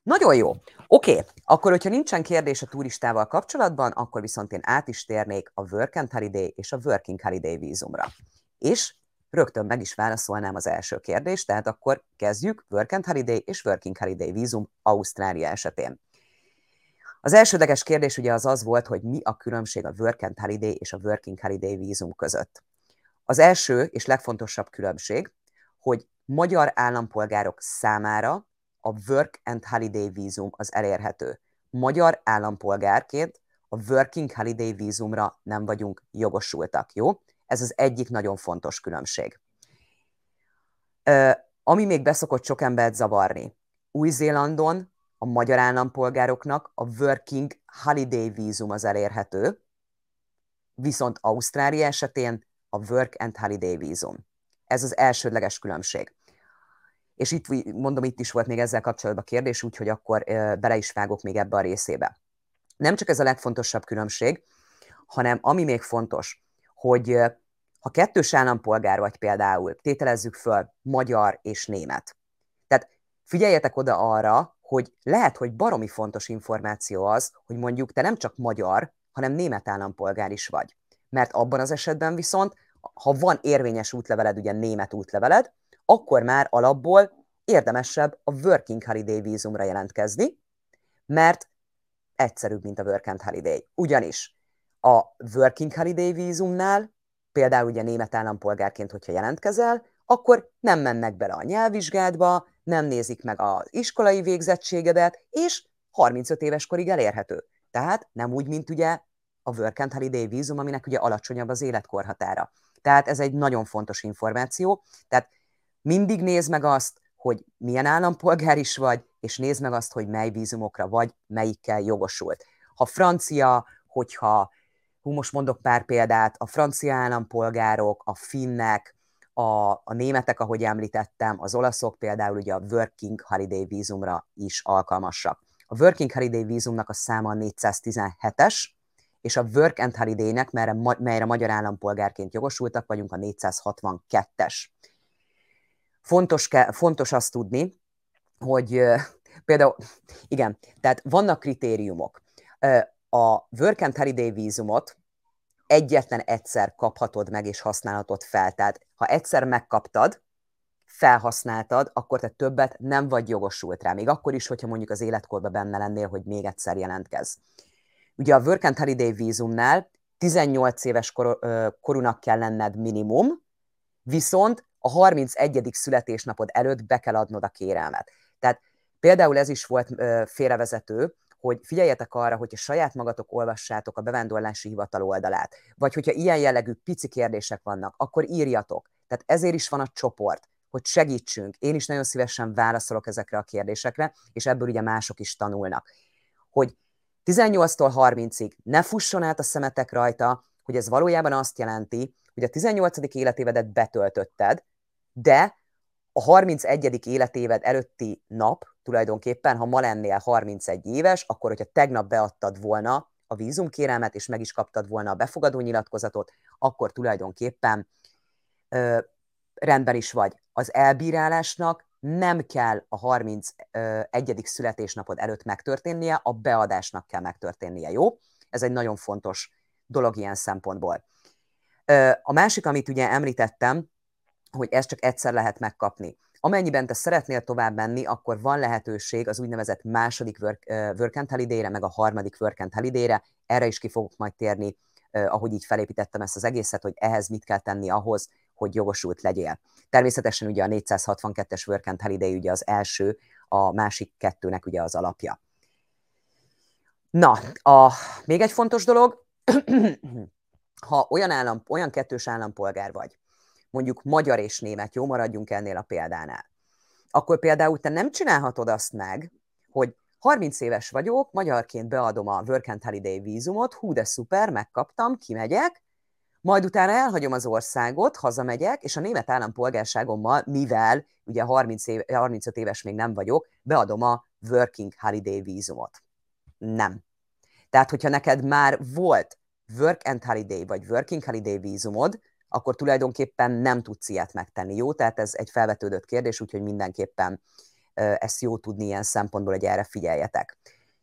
Nagyon jó. Oké, akkor, hogyha nincsen kérdés a turistával kapcsolatban, akkor viszont én át is térnék a Work and Holiday és a Working Holiday vízumra. És rögtön meg is válaszolnám az első kérdést, tehát akkor kezdjük Work and Holiday és Working Holiday vízum Ausztrália esetén. Az elsődleges kérdés ugye az volt, hogy mi a különbség a Work and Holiday és a Working Holiday vízum között. Az első és legfontosabb különbség, hogy magyar állampolgárok számára a Work and Holiday vízum az elérhető. Magyar állampolgárként a Working Holiday vízumra nem vagyunk jogosultak, jó? Ez az egyik nagyon fontos különbség. Ami még beszokott sok embert zavarni. Új-Zélandon a magyar állampolgároknak a Working Holiday vízum az elérhető, viszont Ausztrália esetén a Work and Holiday vízum. Ez az elsődleges különbség. És itt mondom, itt is volt még ezzel kapcsolatban kérdés, úgyhogy akkor bele is vágok még ebbe a részébe. Nem csak ez a legfontosabb különbség, hanem ami még fontos, hogy ha kettős állampolgár vagy például, tételezzük föl magyar és német. Tehát figyeljetek oda arra, hogy lehet, hogy baromi fontos információ az, hogy mondjuk te nem csak magyar, hanem német állampolgár is vagy. Mert abban az esetben viszont, ha van érvényes útleveled, ugye német útleveled, akkor már alapból érdemesebb a Working Holiday vízumra jelentkezni, mert egyszerűbb, mint a Work and Holiday. Ugyanis a Working Holiday vízumnál, például ugye német állampolgárként, hogyha jelentkezel, akkor nem mennek bele a nyelvvizsgádba, nem nézik meg az iskolai végzettségedet, és 35 éves korig elérhető. Tehát nem úgy, mint ugye a Work and Holiday vízum, aminek ugye alacsonyabb az életkorhatára. Tehát ez egy nagyon fontos információ. Tehát mindig nézd meg azt, hogy milyen állampolgár is vagy, és nézd meg azt, hogy mely vízumokra vagy, melyikkel jogosult. Ha francia, hogyha, most mondok pár példát, a francia állampolgárok, a finnek, a németek, ahogy említettem, az olaszok például ugye a Working Holiday vízumra is alkalmasak. A Working Holiday vízumnak a száma 417-es, és a Work and Holiday-nek, melyre magyar állampolgárként jogosultak vagyunk, a 462-es. Fontos azt tudni, hogy például, igen, tehát vannak kritériumok. A Work and Holiday vízumot egyetlen egyszer kaphatod meg és használhatod fel. Tehát ha egyszer megkaptad, felhasználtad, akkor te többet nem vagy jogosult rá. Még akkor is, hogyha mondjuk az életkorban benne lennél, hogy még egyszer jelentkezz. Ugye a Work and Holiday vízumnál 18 éves korúnak kell lenned minimum, viszont a 31. születésnapod előtt be kell adnod a kérelmet. Tehát például ez is volt félrevezető, hogy figyeljetek arra, hogyha saját magatok olvassátok a bevándorlási hivatal oldalát, vagy hogyha ilyen jellegű pici kérdések vannak, akkor írjatok. Tehát ezért is van a csoport, hogy segítsünk. Én is nagyon szívesen válaszolok ezekre a kérdésekre, és ebből ugye mások is tanulnak. Hogy 18-tól 30-ig ne fusson át a szemetek rajta, hogy ez valójában azt jelenti, hogy a 18. életévedet betöltötted, de a 31. életéved előtti nap tulajdonképpen, ha ma lennél 31 éves, akkor, hogyha tegnap beadtad volna a vízumkérelmet, és meg is kaptad volna a befogadó nyilatkozatot, akkor tulajdonképpen rendben is vagy. Az elbírálásnak nem kell a 31. születésnapod előtt megtörténnie, a beadásnak kell megtörténnie, jó? Ez egy nagyon fontos dolog ilyen szempontból. A másik, amit ugye említettem, hogy ezt csak egyszer lehet megkapni. Amennyiben te szeretnél tovább menni, akkor van lehetőség az úgynevezett második Work and Holiday-re, meg a harmadik Work and Holiday-re. Erre is ki fogok majd térni, ahogy így felépítettem ezt az egészet, hogy ehhez mit kell tenni ahhoz, hogy jogosult legyél. Természetesen ugye a 462-es Work and Holiday ugye az első, a másik kettőnek ugye az alapja. Na, még egy fontos dolog, ha olyan kettős állampolgár vagy, mondjuk magyar és német, jó, maradjunk ennél a példánál, akkor például te nem csinálhatod azt meg, hogy 30 éves vagyok, magyarként beadom a Work and Holiday vízumot, hú de szuper, megkaptam, kimegyek, majd utána elhagyom az országot, hazamegyek, és a német állampolgárságommal, mivel ugye 35 éves még nem vagyok, beadom a Working Holiday vízumot. Nem. Tehát, hogyha neked már volt Work and Holiday vagy Working Holiday vízumod, akkor tulajdonképpen nem tudsz ilyet megtenni, jó? Tehát ez egy felvetődött kérdés, úgyhogy mindenképpen ezt jó tudni ilyen szempontból, hogy erre figyeljetek.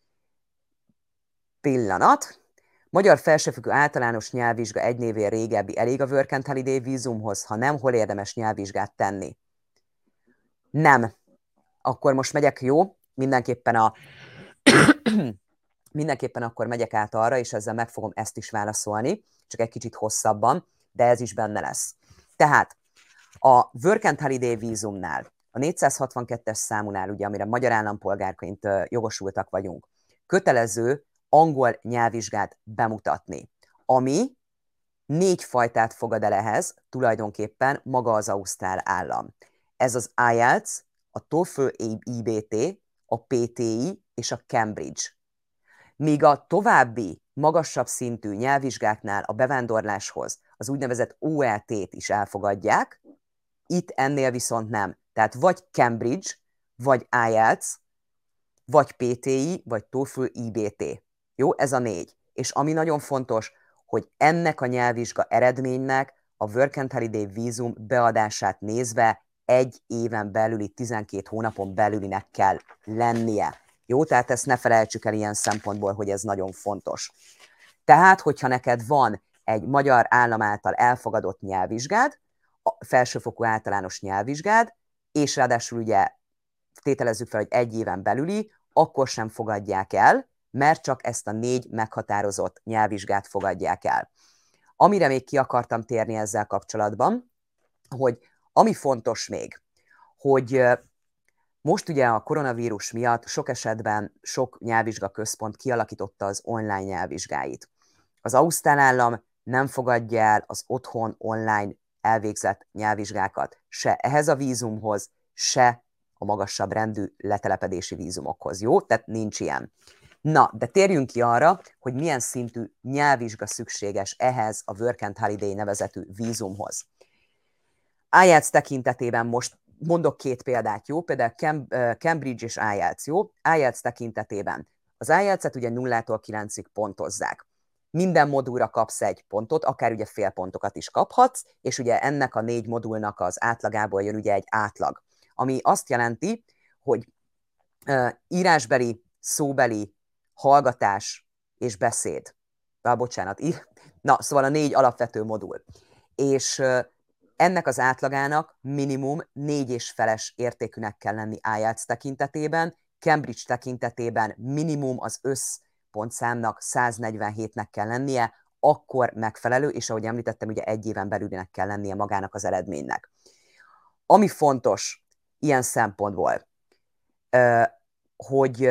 Pillanat. Magyar felsőfokú általános nyelvvizsga egy névén régebbi elég a Work and Holiday vízumhoz? Ha nem, hol érdemes nyelvvizsgát tenni? Nem. Akkor most megyek, jó? Mindenképpen akkor megyek át arra, és ezzel meg fogom ezt is válaszolni, csak egy kicsit hosszabban, de ez is benne lesz. Tehát a Work and Holiday vízumnál, a 462-es számúnál, ugye, amire magyar állampolgárként jogosultak vagyunk, kötelező angol nyelvvizsgát bemutatni, ami 4 fajtát fogad el ehhez, tulajdonképpen maga az ausztrál állam. Ez az IELTS, a TOEFL IBT, a PTI és a Cambridge. Míg a további, magasabb szintű nyelvvizsgáknál a bevándorláshoz az úgynevezett OET-t is elfogadják, itt ennél viszont nem. Tehát vagy Cambridge, vagy IELTS, vagy PTI, vagy TOEFL IBT. Jó, ez a 4. És ami nagyon fontos, hogy ennek a nyelvvizsga eredménynek a Work and Holiday vízum beadását nézve 1 éven belüli, 12 hónapon belülinek kell lennie. Jó, tehát ezt ne felejtsük el ilyen szempontból, hogy ez nagyon fontos. Tehát, hogyha neked van egy magyar állam által elfogadott nyelvvizsgád, a felsőfokú általános nyelvvizsgád, és ráadásul ugye tételezzük fel, hogy 1 éven belüli, akkor sem fogadják el, mert csak ezt a 4 meghatározott nyelvvizsgát fogadják el. Amire még ki akartam térni ezzel kapcsolatban, hogy ami fontos még, hogy most ugye a koronavírus miatt sok esetben sok nyelvvizsgaközpont kialakította az online nyelvvizsgáit. Az ausztrál állam nem fogadja el az otthon online elvégzett nyelvvizsgákat se ehhez a vízumhoz, se a magasabb rendű letelepedési vízumokhoz. Jó? Tehát nincs ilyen. Na, de térjünk ki arra, hogy milyen szintű nyelvvizsga szükséges ehhez a Work and Holiday nevezetű vízumhoz. IELTS tekintetében most mondok 2 példát, jó? Például Cambridge és IELTS, jó? IELTS tekintetében. Az IELTS-et ugye 0-tól 9-ig pontozzák. Minden modulra kapsz 1 pontot, akár ugye fél pontokat is kaphatsz, és ugye ennek a 4 modulnak az átlagából jön ugye egy átlag. Ami azt jelenti, hogy írásbeli, szóbeli, hallgatás és beszéd. Bocsánat, na, szóval a 4 alapvető modul. És ennek az átlagának minimum 4,5-es értékűnek kell lenni IELTS tekintetében, Cambridge tekintetében minimum az összpontszámnak 147-nek kell lennie, akkor megfelelő, és ahogy említettem, ugye 1 éven belülinek kell lennie magának az eredménynek. Ami fontos ilyen szempontból, hogy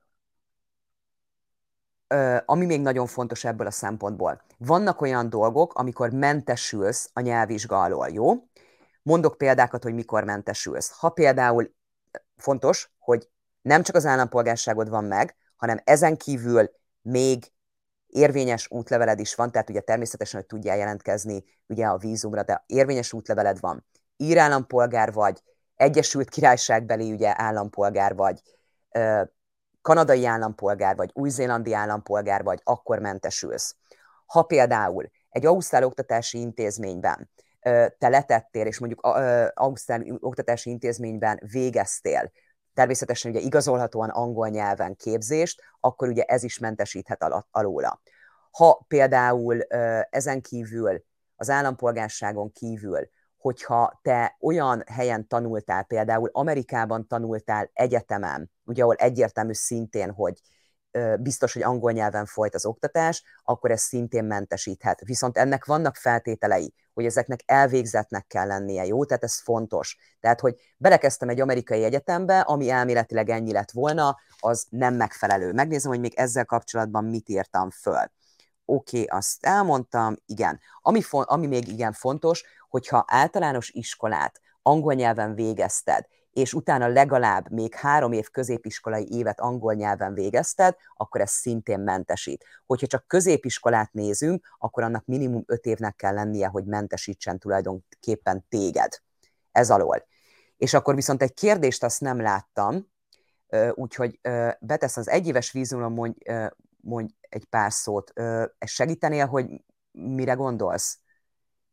ami még nagyon fontos ebből a szempontból. Vannak olyan dolgok, amikor mentesülsz a nyelvvizsga alól, jó? Mondok példákat, hogy mikor mentesülsz. Ha például fontos, hogy nem csak az állampolgárságod van meg, hanem ezen kívül még érvényes útleveled is van, tehát ugye természetesen, hogy tudjál jelentkezni ugye a vízumra, de érvényes útleveled van. Ír állampolgár vagy, Egyesült Királyságbeli ugye állampolgár vagy, kanadai állampolgár vagy, új-zélandi állampolgár vagy, akkor mentesülsz. Ha például egy ausztrál oktatási intézményben te letettél, és mondjuk ausztrál oktatási intézményben végeztél, természetesen ugye igazolhatóan angol nyelven képzést, akkor ugye ez is mentesíthet alóla. Ha például ezen kívül, az állampolgárságon kívül, hogyha te olyan helyen tanultál, például Amerikában tanultál egyetemen, ugye ahol egyértelmű szintén, hogy biztos, hogy angol nyelven folyt az oktatás, akkor ez szintén mentesíthet. Viszont ennek vannak feltételei, hogy ezeknek elvégzettnek kell lennie, jó? Tehát ez fontos. Tehát, hogy belekezdtem egy amerikai egyetembe, ami elméletileg ennyi lett volna, az nem megfelelő. Megnézem, hogy még ezzel kapcsolatban mit írtam föl. Oké, azt elmondtam, igen. Ami még igen fontos, hogyha általános iskolát angol nyelven végezted, és utána legalább még 3 év középiskolai évet angol nyelven végezted, akkor ez szintén mentesít. Hogyha csak középiskolát nézünk, akkor annak minimum 5 évnek kell lennie, hogy mentesítsen tulajdonképpen téged. Ez alól. És akkor viszont egy kérdést azt nem láttam, úgyhogy betesz az 1 éves vízumra, mondj egy pár szót. Ez segítenél, hogy mire gondolsz?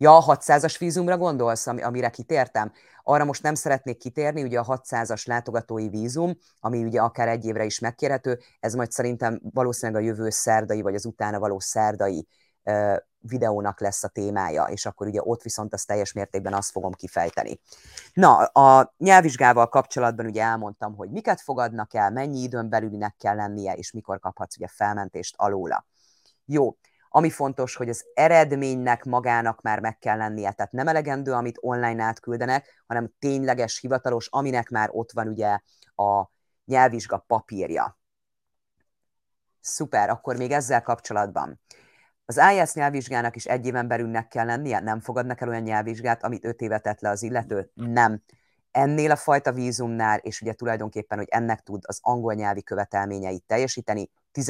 Ja, a 600-as vízumra gondolsz, amire kitértem? Arra most nem szeretnék kitérni, ugye a 600-as látogatói vízum, ami ugye akár egy évre is megkérhető, ez majd szerintem valószínűleg a jövő szerdai, vagy az utána való szerdai videónak lesz a témája, és akkor ugye ott viszont azt teljes mértékben azt fogom kifejteni. Na, a nyelvvizsgával kapcsolatban ugye elmondtam, hogy miket fogadnak el, mennyi időn belülinek kell lennie, és mikor kaphatsz ugye felmentést alóla. Jó, ami fontos, hogy az eredménynek magának már meg kell lennie, tehát nem elegendő, amit online átküldenek, hanem tényleges, hivatalos, aminek már ott van ugye a nyelvvizsga papírja. Szuper, akkor még ezzel kapcsolatban. Az IELTS nyelvvizsgának is egy éven belülnek kell lennie? Nem fogadnak el olyan nyelvvizsgát, amit 5 évet tett le az illető? Nem. Ennél a fajta vízumnál, és ugye tulajdonképpen, hogy ennek tud az angol nyelvi követelményeit teljesíteni,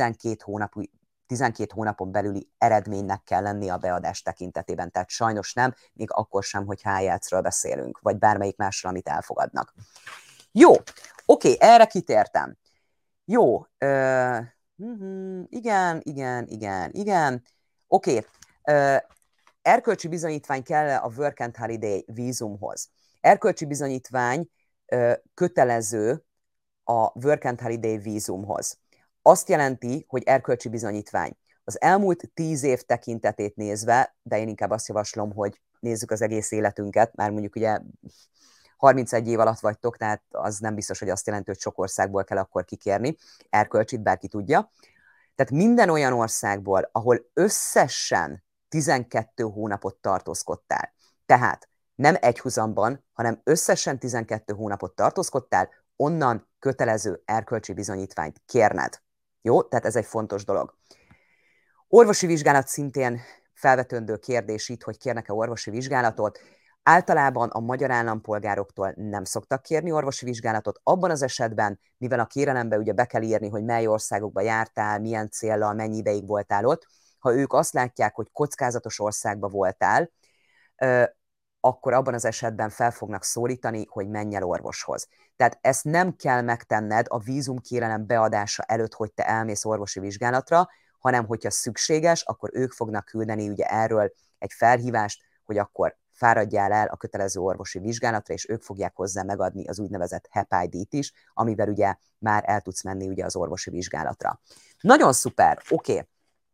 12 hónapon belüli eredménynek kell lenni a beadás tekintetében. Tehát sajnos nem, még akkor sem, hogy IELTS-ről beszélünk, vagy bármelyik másról, amit elfogadnak. Jó, oké, erre kitértem. Jó, igen. Oké, erkölcsi bizonyítvány kell a Work and Holiday vízumhoz. Erkölcsi bizonyítvány kötelező a Work and Holiday vízumhoz. Azt jelenti, hogy erkölcsi bizonyítvány. Az elmúlt 10 év tekintetét nézve, de én inkább azt javaslom, hogy nézzük az egész életünket, már mondjuk ugye 31 év alatt vagytok, tehát az nem biztos, hogy azt jelenti, hogy sok országból kell akkor kikérni. Erkölcsit bárki tudja. Tehát minden olyan országból, ahol összesen 12 hónapot tartózkodtál, tehát nem egyhuzamban, hanem összesen 12 hónapot tartózkodtál, onnan kötelező erkölcsi bizonyítványt kérned. Jó? Tehát ez egy fontos dolog. Orvosi vizsgálat szintén felvetődő kérdés itt, hogy kérnek-e orvosi vizsgálatot. Általában a magyar állampolgároktól nem szoktak kérni orvosi vizsgálatot. Abban az esetben, mivel a kérelembe ugye be kell írni, hogy mely országokba jártál, milyen céllal, mennyi ideig voltál ott, ha ők azt látják, hogy kockázatos országba voltál, akkor abban az esetben fel fognak szólítani, hogy menj el orvoshoz. Tehát ezt nem kell megtenned a vízumkérelem beadása előtt, hogy te elmész orvosi vizsgálatra, hanem hogyha szükséges, akkor ők fognak küldeni ugye erről egy felhívást, hogy akkor fáradjál el a kötelező orvosi vizsgálatra, és ők fogják hozzá megadni az úgynevezett HEP ID-t is, amivel ugye már el tudsz menni ugye az orvosi vizsgálatra. Nagyon szuper, oké.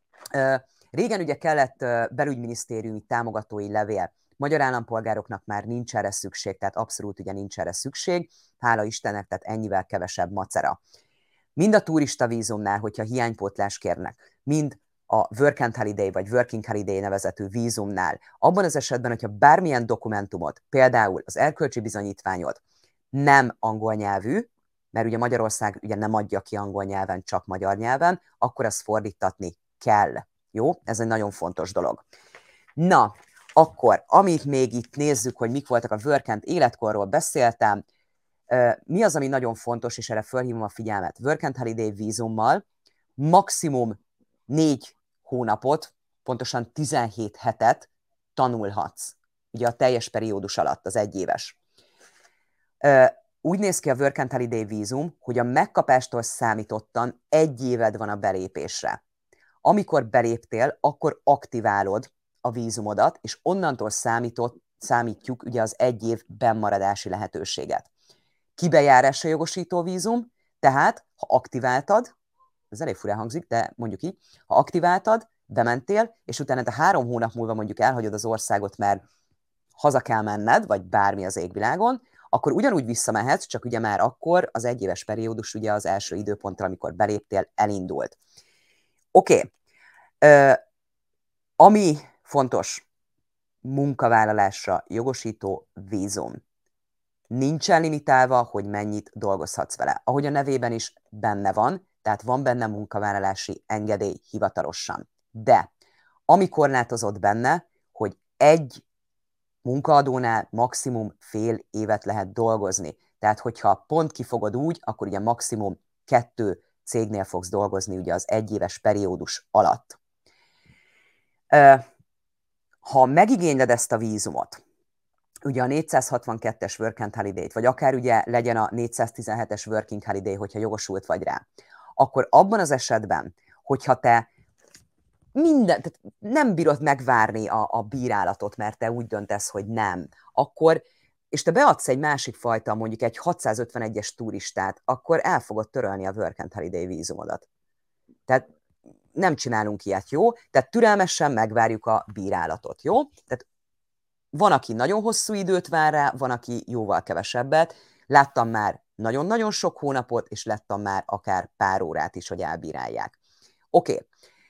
Régen ugye kellett belügyminisztériumi támogatói levél. Magyar állampolgároknak már nincs erre szükség, tehát abszolút ugye nincs erre szükség. Hála Istennek, tehát ennyivel kevesebb macera. Mind a turista vízumnál, hogyha hiánypótlás kérnek, mind a Work and Holiday vagy Working Holiday nevezetű vízumnál, abban az esetben, hogyha bármilyen dokumentumot, például az erkölcsi bizonyítványot nem angol nyelvű, mert ugye Magyarország ugye nem adja ki angol nyelven, csak magyar nyelven, akkor azt fordítatni kell. Jó? Ez egy nagyon fontos dolog. Na, akkor, amit még itt nézzük, hogy mik voltak a Work and életkorról beszéltem, mi az, ami nagyon fontos, és erre felhívom a figyelmet. Work and Holiday vízummal maximum 4 hónapot, pontosan 17 hetet tanulhatsz. Ugye a teljes periódus alatt, az egyéves. Úgy néz ki a Work and Holiday vízum, hogy a megkapástól számítottan 1 éved van a belépésre. Amikor beléptél, akkor aktiválod a vízumodat, és onnantól számítjuk ugye az 1 év bennmaradási lehetőséget. Kibejárásra jogosító vízum, tehát ha aktiváltad, ez elég furán hangzik, de mondjuk így, ha aktiváltad, bementél, és utána te 3 hónap múlva mondjuk elhagyod az országot, mert haza kell menned, vagy bármi az égvilágon, akkor ugyanúgy visszamehetsz, csak ugye már akkor az 1 éves periódus ugye az első időponttal, amikor beléptél, elindult. Oké. Ami fontos, munkavállalásra jogosító vízum. Nincsen limitálva, hogy mennyit dolgozhatsz vele. Ahogy a nevében is benne van, tehát van benne munkavállalási engedély hivatalosan. De ami korlátozott benne, hogy egy munkaadónál maximum fél évet lehet dolgozni. Tehát, hogyha pont kifogod úgy, akkor ugye maximum 2 cégnél fogsz dolgozni ugye az 1 éves periódus alatt. Ha megigényled ezt a vízumot, ugye a 462-es Work and Holiday-t, vagy akár ugye legyen a 417-es Working Holiday, hogyha jogosult vagy rá, akkor abban az esetben, hogyha te tehát nem bírod megvárni a bírálatot, mert te úgy döntesz, hogy nem, akkor, és te beadsz egy másik fajta, mondjuk egy 651-es turistát, akkor el fogod törölni a Work and Holiday vízumodat. Tehát nem csinálunk ilyet, jó? Tehát türelmesen megvárjuk a bírálatot, jó? Tehát van, aki nagyon hosszú időt vár rá, van, aki jóval kevesebbet. Láttam már nagyon-nagyon sok hónapot, és láttam már akár pár órát is, hogy elbírálják. Oké.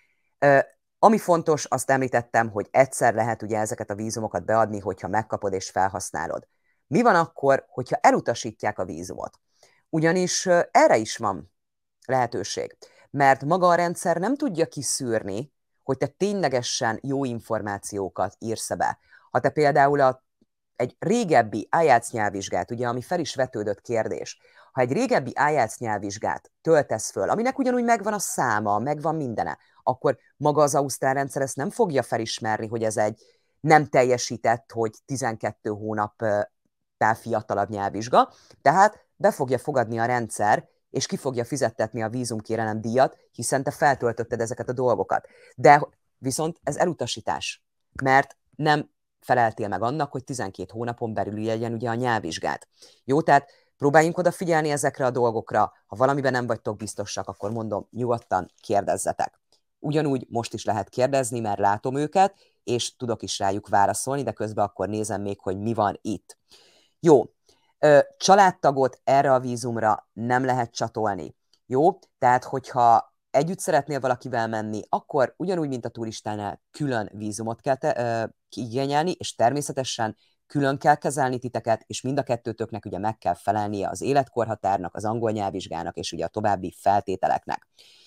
Ami fontos, azt említettem, hogy egyszer lehet ugye ezeket a vízumokat beadni, hogyha megkapod és felhasználod. Mi van akkor, hogyha elutasítják a vízumot? Ugyanis erre is van lehetőség, mert maga a rendszer nem tudja kiszűrni, hogy te ténylegesen jó információkat írsz be. Ha te például egy régebbi IELTS nyelvvizsgát, ugye, ami fel is vetődött kérdés, ha egy régebbi IELTS nyelvvizsgát töltesz föl, aminek ugyanúgy megvan a száma, megvan mindene, akkor maga az ausztrál rendszer ezt nem fogja felismerni, hogy ez egy nem teljesített, hogy 12 hónappal fiatalabb nyelvvizsga, tehát be fogja fogadni a rendszer, és ki fogja fizettetni a vízumkérelem díjat, hiszen te feltöltötted ezeket a dolgokat. De viszont ez elutasítás, mert nem feleltél meg annak, hogy 12 hónapon belül legyen ugye a nyelvvizsgát. Jó, tehát próbáljunk odafigyelni ezekre a dolgokra, ha valamiben nem vagytok biztosak, akkor mondom, nyugodtan kérdezzetek. Ugyanúgy most is lehet kérdezni, mert látom őket, és tudok is rájuk válaszolni, de közben akkor nézem még, hogy mi van itt. Jó, családtagot erre a vízumra nem lehet csatolni. Jó, tehát hogyha együtt szeretnél valakivel menni, akkor ugyanúgy, mint a turistánál külön vízumot kell igényelni, és természetesen külön kell kezelni titeket, és mind a kettőtöknek ugye meg kell felelnie az életkorhatárnak, az angol nyelvvizsgának, és ugye a további feltételeknek.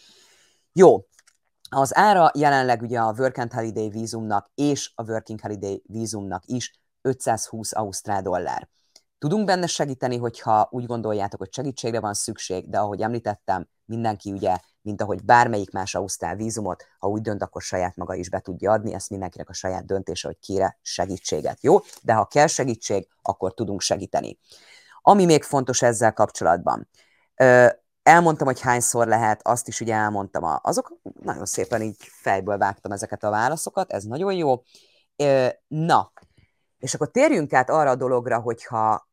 Jó, az ára jelenleg ugye a Work and Holiday vízumnak és a Working Holiday vízumnak is 520 ausztrál dollár. Tudunk benne segíteni, hogyha úgy gondoljátok, hogy segítségre van szükség, de ahogy említettem, mindenki ugye, mint ahogy bármelyik más ausztrál vízumot, ha úgy dönt, akkor saját maga is be tudja adni, ezt mindenkinek a saját döntése, hogy kére segítséget, jó? De ha kell segítség, akkor tudunk segíteni. Ami még fontos ezzel kapcsolatban, elmondtam, hogy hányszor lehet, azt is ugye elmondtam, azok nagyon szépen így fejből vágtam ezeket a válaszokat, ez nagyon jó. Na, és akkor térjünk át arra a dologra, hogyha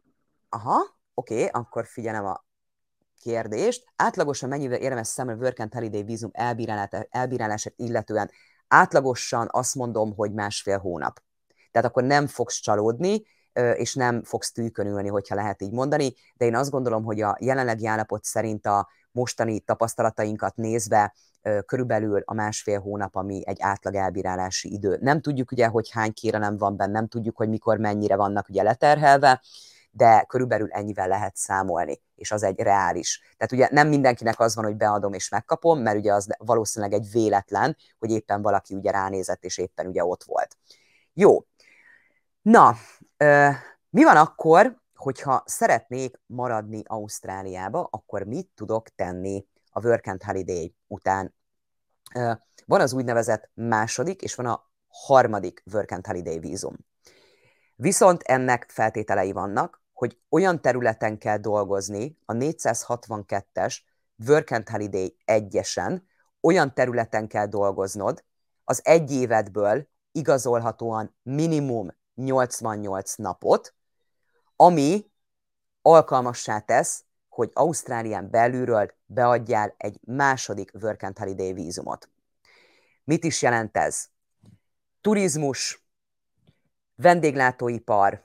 oké, akkor figyelem a kérdést. Átlagosan mennyivel érdemes számolni a Work and Holiday vízum elbírálását illetően? Átlagosan azt mondom, hogy 1,5 hónap. Tehát akkor nem fogsz csalódni, és nem fogsz tűkönülni, hogyha lehet így mondani, de én azt gondolom, hogy a jelenlegi állapot szerint a mostani tapasztalatainkat nézve körülbelül a 1,5 hónap, ami egy átlag elbírálási idő. Nem tudjuk ugye, hogy hány kérelem van benne, nem tudjuk, hogy mikor mennyire vannak ugye leterhelve, de körülbelül ennyivel lehet számolni, és az egy reális. Tehát ugye nem mindenkinek az van, hogy beadom és megkapom, mert ugye az valószínűleg egy véletlen, hogy éppen valaki ugye ránézett, és éppen ugye ott volt. Jó. Na, mi van akkor, hogyha szeretnék maradni Ausztráliába, akkor mit tudok tenni a Work and Holiday után? Van az úgynevezett második, és van a harmadik Work and Holiday vízum. Viszont ennek feltételei vannak, hogy olyan területen kell dolgozni, a 462-es Work and Holiday 1-esen, olyan területen kell dolgoznod, az egy évedből igazolhatóan minimum 88 napot, ami alkalmassá tesz, hogy Ausztrálián belülről beadjál egy második Work and Holiday vízumot. Mit is jelent ez? Turizmus, vendéglátóipar,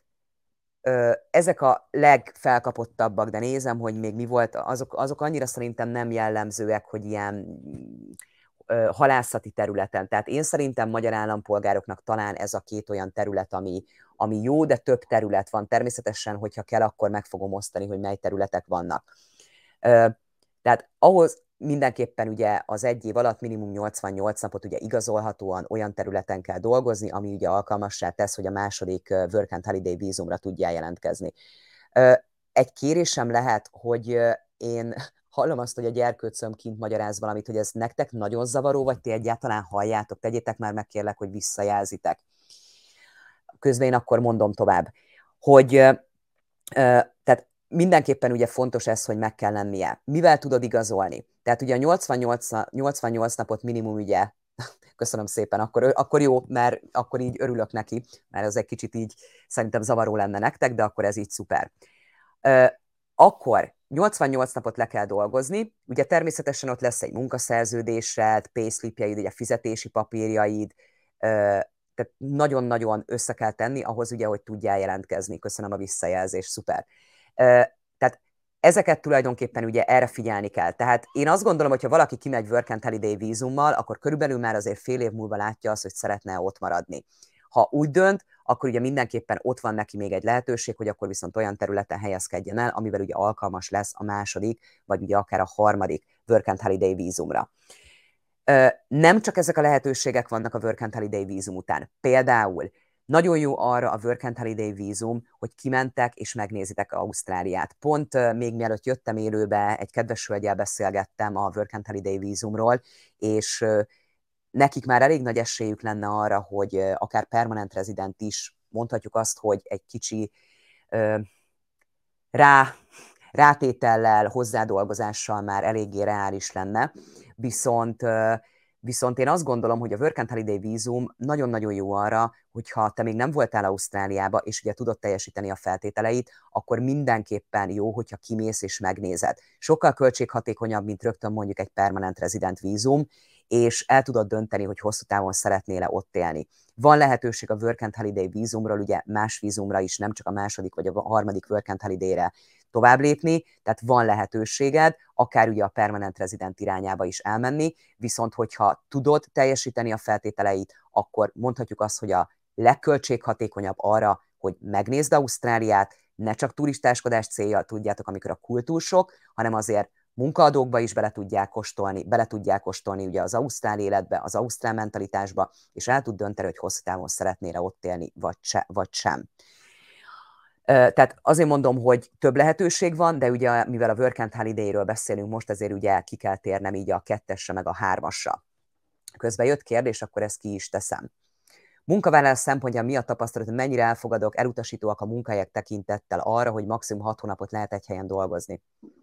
ezek a legfelkapottabbak, de nézem, hogy még mi volt, azok annyira szerintem nem jellemzőek, hogy ilyen halászati területen. Tehát én szerintem magyar állampolgároknak talán ez a két olyan terület, ami jó, de több terület van. Természetesen, hogyha kell, akkor meg fogom osztani, hogy mely területek vannak. Tehát ahhoz mindenképpen ugye az egy év alatt minimum 88 napot ugye igazolhatóan olyan területen kell dolgozni, ami ugye alkalmassá tesz, hogy a második Work and Holiday vízumra tudjál jelentkezni. Egy kérésem lehet, hogy én hallom azt, hogy a gyerkőcöm kint magyaráz valamit, hogy ez nektek nagyon zavaró, vagy ti egyáltalán halljátok, tegyétek már meg kérlek, hogy visszajelzitek. Közben én akkor mondom tovább, hogy tehát mindenképpen ugye fontos ez, hogy meg kell lennie. Mivel tudod igazolni? Tehát ugye a 88 napot minimum ugye Köszönöm szépen, akkor jó, mert akkor így örülök neki, mert ez egy kicsit így szerintem zavaró lenne nektek, de akkor ez így szuper. Akkor 88 napot le kell dolgozni, ugye természetesen ott lesz egy munkaszerződésed, payslipjeid, ugye fizetési papírjaid, tehát nagyon-nagyon össze kell tenni ahhoz, ugye, hogy tudjál jelentkezni. Köszönöm a visszajelzést, szuper. Tehát ezeket tulajdonképpen ugye erre figyelni kell. Tehát én azt gondolom, hogy ha valaki kimegy Work and Holiday vízummal, akkor körülbelül már azért fél év múlva látja azt, hogy szeretne ott maradni. Ha úgy dönt, akkor ugye mindenképpen ott van neki még egy lehetőség, hogy akkor viszont olyan területen helyezkedjen el, amivel ugye alkalmas lesz a második, vagy ugye akár a harmadik Work and Holiday vízumra. Nem csak ezek a lehetőségek vannak a Work and Holiday vízum után. Például nagyon jó arra a Work and Holiday vízum, hogy kimentek és megnézitek Ausztráliát. Pont még mielőtt jöttem élőbe, egy kedves hölgyel beszélgettem a Work and Holiday vízumról, és nekik már elég nagy esélyük lenne arra, hogy akár permanent rezident is, mondhatjuk azt, hogy egy kicsi rátétellel, hozzádolgozással már eléggé reális lenne, viszont én azt gondolom, hogy a Work and Holiday vízum nagyon-nagyon jó arra, hogyha te még nem voltál Ausztráliába, és ugye tudod teljesíteni a feltételeit, akkor mindenképpen jó, hogyha kimész és megnézed. Sokkal költséghatékonyabb, mint rögtön mondjuk egy permanent rezident vízum, és el tudod dönteni, hogy hosszú távon szeretnél-e ott élni. Van lehetőség a Work and Holiday vízumról, ugye más vízumra is, nem csak a második vagy a harmadik Work and Holiday-re tovább lépni, tehát van lehetőséged, akár ugye a permanent rezident irányába is elmenni, viszont hogyha tudod teljesíteni a feltételeit, akkor mondhatjuk azt, hogy a legköltséghatékonyabb arra, hogy megnézd Ausztráliát, ne csak turistáskodás célja, tudjátok, amikor a kultúrsok, hanem azért munkaadókba is bele tudják kóstolni ugye az ausztrál életbe, az ausztrál mentalitásba, és el tud dönteni, hogy hosszú távon szeretnél ott élni, vagy sem. Tehát azért mondom, hogy több lehetőség van, de ugye mivel a Work and Holiday-ről beszélünk most, ezért ugye ki kell térnem így a 2-esre meg a 3-asra. Közben jött kérdés, akkor ezt ki is teszem. Munkavállalás szempontja mi a tapasztalat, hogy mennyire elfogadók, elutasítóak a munkahelyek tekintettel arra, hogy maximum 6 hónapot lehet egy helyen dolgozni?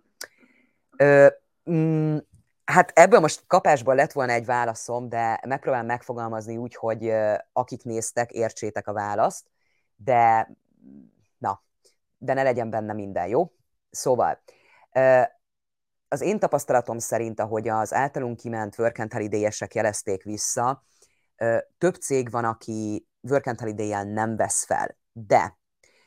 Hát ebből most kapásból lett volna egy válaszom, de megpróbálom megfogalmazni úgy, hogy akik néztek, értsétek a választ, de ne legyen benne minden, jó? Szóval, az én tapasztalatom szerint, ahogy az általunk kiment Work and Holiday-esek jelezték vissza, több cég van, aki Work and Holiday-jel nem vesz fel, de